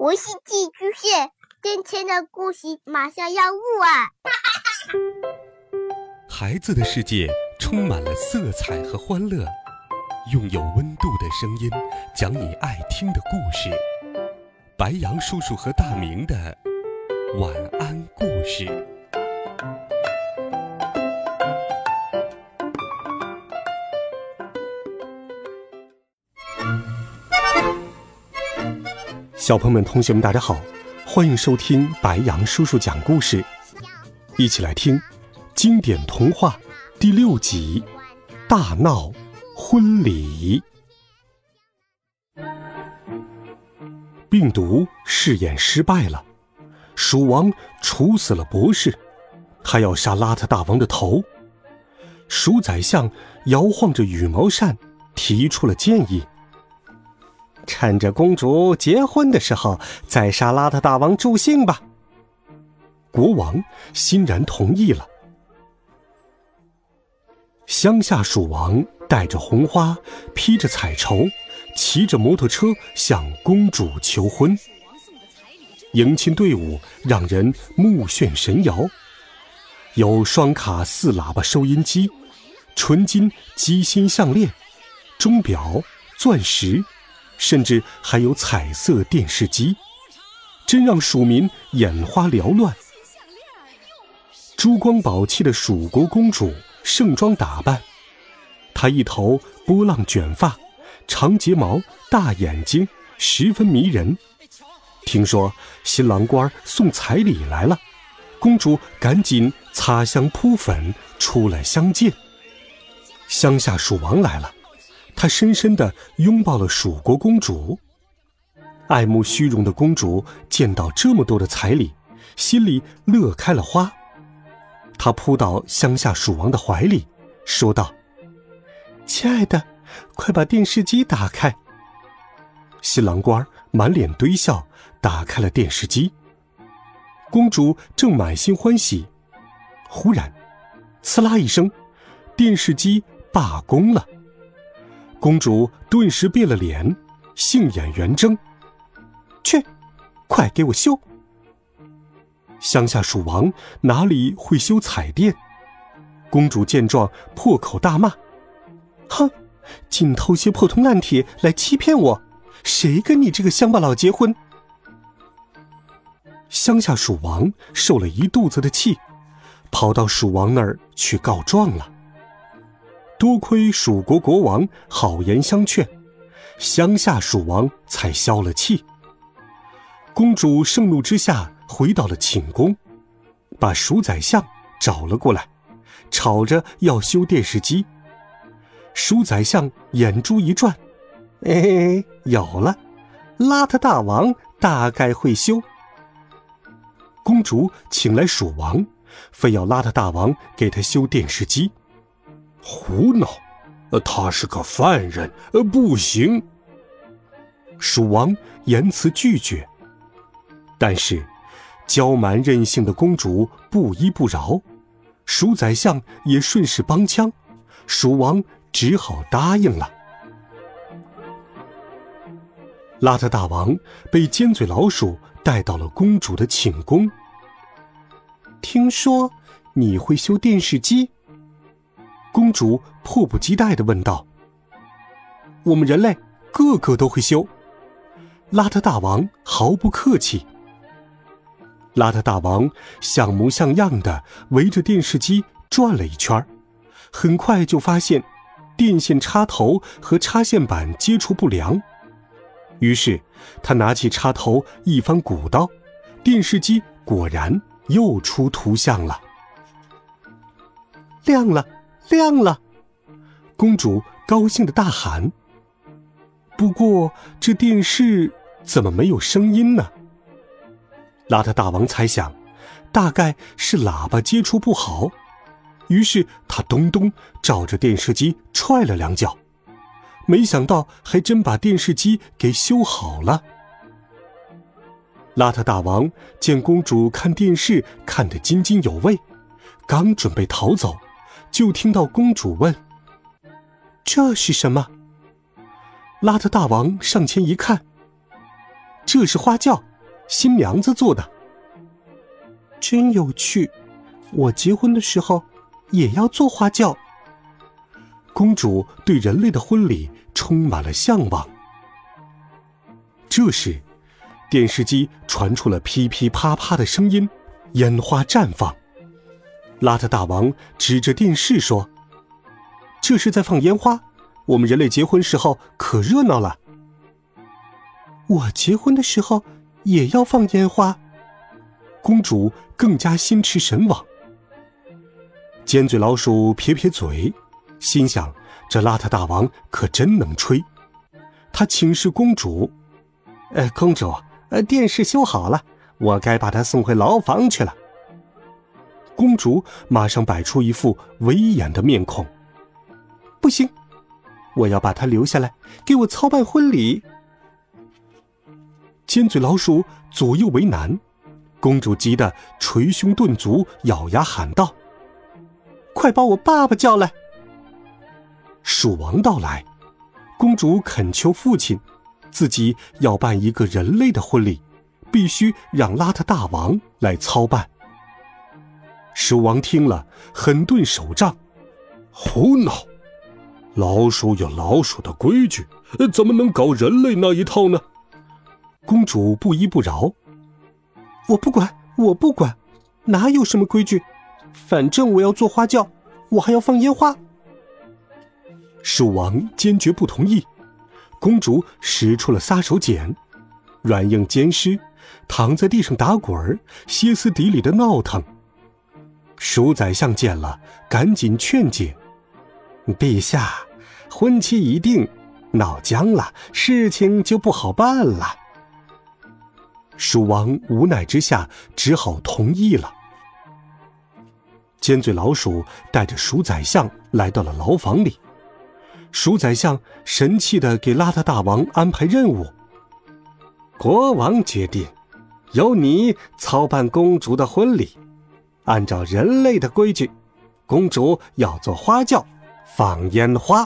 我是寄居蟹，今天的故事马上要录啊！ 孩子的世界充满了色彩和欢乐，用有温度的声音讲你爱听的故事。白杨叔叔和大明的晚安故事。小朋友们、同学们，大家好，欢迎收听白杨叔叔讲故事，一起来听经典童话第6集《大闹婚礼》。病毒试验失败了，鼠王处死了博士，他要杀邋遢大王的头。鼠宰相摇晃着羽毛扇，提出了建议：趁着公主结婚的时候，再杀邋遢大王助兴吧。国王欣然同意了。乡下鼠王带着红花，披着彩绸，骑着摩托车向公主求婚。迎亲队伍让人目眩神摇，有双卡4喇叭收音机、纯金鸡心项链、钟表、钻石，甚至还有彩色电视机，真让鼠民眼花缭乱。珠光宝气的蜀国公主盛装打扮，她一头波浪卷发，长睫毛，大眼睛，十分迷人。听说新郎官送彩礼来了，公主赶紧擦香扑粉出来相见。乡下鼠王来了，他深深地拥抱了蜀国公主。爱慕虚荣的公主见到这么多的彩礼，心里乐开了花。她扑到乡下鼠王的怀里，说道：亲爱的，快把电视机打开。新郎官满脸堆笑，打开了电视机。公主正满心欢喜，忽然刺啦一声，电视机罢工了。公主顿时变了脸，杏眼圆睁：去，快给我修！乡下鼠王哪里会修彩电？公主见状破口大骂：哼，净偷些破铜烂铁来欺骗我，谁跟你这个乡巴佬结婚？乡下鼠王受了一肚子的气，跑到鼠王那儿去告状了。多亏蜀国国王好言相劝，乡下鼠王才消了气。公主盛怒之下回到了寝宫，把鼠宰相找了过来，吵着要修电视机。鼠宰相眼珠一转：有了，邋遢大王大概会修。公主请来鼠王，非要邋遢大王给他修电视机。胡闹，他是个犯人，不行。鼠王严词拒绝，但是娇蛮任性的公主不依不饶，鼠宰相也顺势帮腔，鼠王只好答应了。邋遢大王被尖嘴老鼠带到了公主的寝宫。听说你会修电视机？公主迫不及待地问道。我们人类个个都会修。邋遢大王毫不客气。邋遢大王像模像样地围着电视机转了一圈，很快就发现电线插头和插线板接触不良。于是他拿起插头一番鼓捣，电视机果然又出图像了。亮了，亮了！公主高兴地大喊。不过这电视怎么没有声音呢？邋遢大王猜想，大概是喇叭接触不好，于是他咚咚照着电视机踹了2脚，没想到还真把电视机给修好了。邋遢大王见公主看电视看得津津有味，刚准备逃走，就听到公主问：这是什么？邋遢大王上前一看，这是花轿， 新娘子做的。真有趣，我结婚的时候也要做花轿。公主对人类的婚礼充满了向往。这时，电视机传出了噼噼啪啪的声音，烟花绽放。邋遢大王指着电视说：“这是在放烟花，我们人类结婚时候可热闹了。”我结婚的时候也要放烟花。公主更加心驰神往。尖嘴老鼠撇撇嘴，心想这邋遢大王可真能吹。他请示公主：“公主，电视修好了，我该把它送回牢房去了。”公主马上摆出一副威严的面孔：“不行，我要把它留下来，给我操办婚礼。”尖嘴老鼠左右为难，公主急得捶胸顿足，咬牙喊道：“快把我爸爸叫来！”鼠王到来，公主恳求父亲，自己要办一个人类的婚礼，必须让邋遢大王来操办。鼠王听了，狠顿手杖：“胡闹！老鼠有老鼠的规矩，怎么能搞人类那一套呢？”公主不依不饶：“我不管，哪有什么规矩？反正我要做花轿，我还要放烟花。”鼠王坚决不同意。公主使出了撒手锏，软硬兼施，躺在地上打滚，歇斯底里的闹腾。鼠宰相见了，赶紧劝解：“陛下，婚期已定，闹僵了，事情就不好办了。”鼠王无奈之下，只好同意了。尖嘴老鼠带着鼠宰相来到了牢房里。鼠宰相神气地给邋遢大王安排任务：“国王决定，由你操办公主的婚礼。按照人类的规矩，公主要做花轿，放烟花。”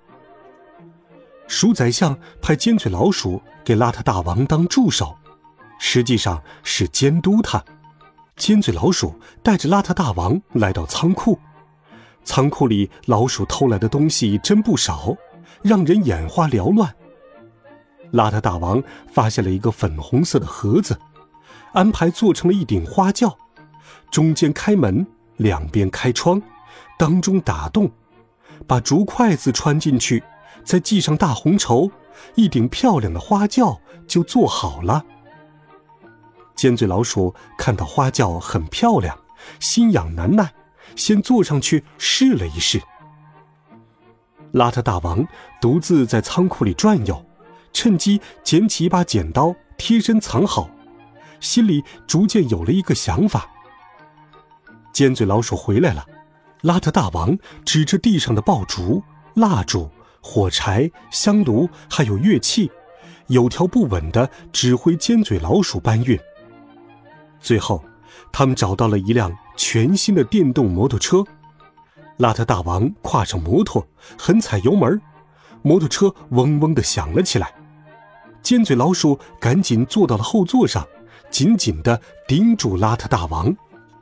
鼠宰相派尖嘴老鼠给邋遢大王当助手，实际上是监督他。尖嘴老鼠带着邋遢大王来到仓库，仓库里老鼠偷来的东西真不少，让人眼花缭乱。邋遢大王发现了一个粉红色的盒子，安排做成了一顶花轿，中间开门，两边开窗，当中打洞，把竹筷子穿进去，再系上大红绸，一顶漂亮的花轿就做好了。尖嘴老鼠看到花轿很漂亮，心痒难耐，先坐上去试了一试。邋遢大王独自在仓库里转悠，趁机捡起一把剪刀贴身藏好，心里逐渐有了一个想法。尖嘴老鼠回来了，邋遢大王指着地上的爆竹、蜡烛、火柴、香炉还有乐器，有条不紊地指挥尖嘴老鼠搬运。最后他们找到了一辆全新的电动摩托车，邋遢大王跨上摩托，狠踩油门，摩托车嗡嗡地响了起来。尖嘴老鼠赶紧坐到了后座上，紧紧地盯住邋遢大王。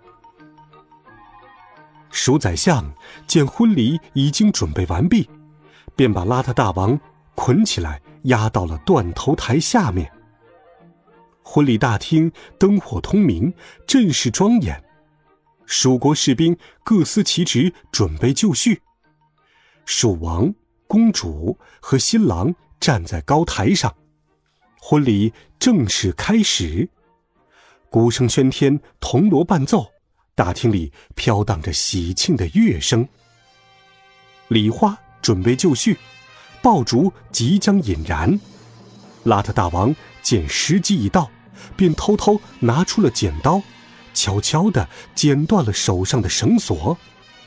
鼠宰相见婚礼已经准备完毕，便把邋遢大王捆起来，压到了断头台下面。婚礼大厅灯火通明，阵势庄严，蜀国士兵各司其职，准备就绪。蜀王、公主和新郎站在高台上，婚礼正式开始。鼓声喧天，铜锣伴奏，大厅里飘荡着喜庆的乐声。礼花准备就绪，爆竹即将引燃。邋遢大王见时机已到，便偷偷拿出了剪刀，悄悄地剪断了手上的绳索。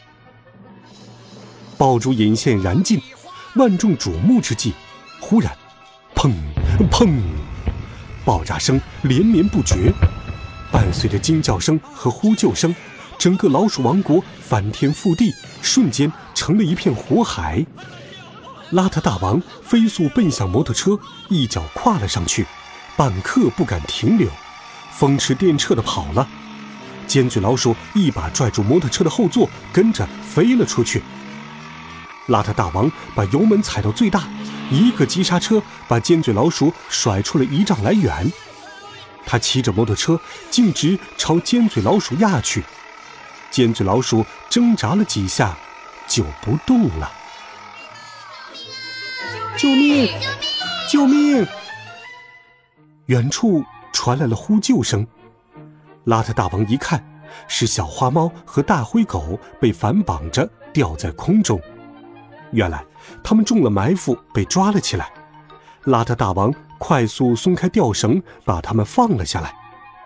爆竹引线燃尽，万众瞩目之际，忽然砰砰，爆炸声连绵不绝，伴随着惊叫声和呼救声，整个老鼠王国翻天覆地，瞬间成了一片火海。邋遢大王飞速奔向摩托车，一脚跨了上去，半刻不敢停留， 风驰电掣地跑了。尖嘴老鼠一把拽住摩托车的后座，跟着飞了出去。邋遢大王把油门踩到最大，一个急刹车把尖嘴老鼠甩出了1丈来远。他骑着摩托车径直朝尖嘴老鼠压去，尖嘴老鼠挣扎了几下就不动了。救命！救命！远处传来了呼救声。邋遢大王一看，是小花猫和大灰狗被反绑着吊在空中。原来他们中了埋伏，被抓了起来。邋遢大王快速松开吊绳，把他们放了下来。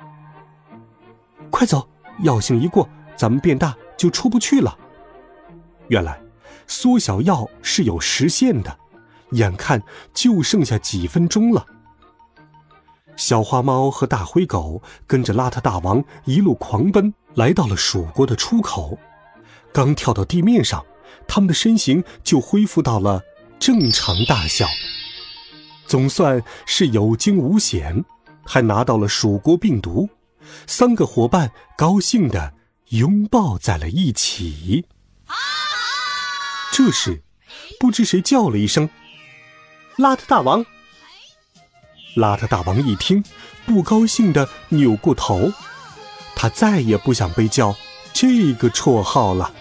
快走，药性一过，咱们变大就出不去了。原来缩小药是有时限的，眼看就剩下几分钟了。小花猫和大灰狗跟着邋遢大王一路狂奔，来到了蜀国的出口。刚跳到地面上，他们的身形就恢复到了正常大小。总算是有惊无险，还拿到了蜀国病毒。3个伙伴高兴地拥抱在了一起。这时不知谁叫了一声：邋遢大王！邋遢大王一听，不高兴地扭过头，他再也不想被叫这个绰号了。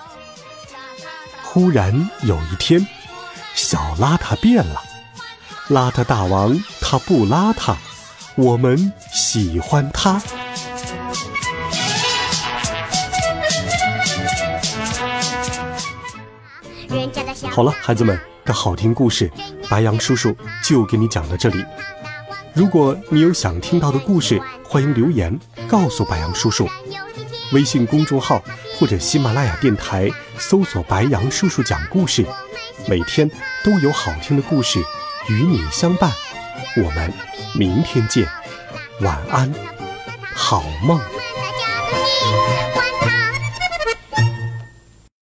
忽然有一天，小邋遢变了。邋遢大王他不邋遢，我们喜欢他。好了，孩子们，的好听故事，白羊叔叔就给你讲到这里。如果你有想听到的故事，欢迎留言告诉白羊叔叔。微信公众号或者喜马拉雅电台搜索白羊叔叔讲故事，每天都有好听的故事与你相伴。我们明天见，晚安，好梦。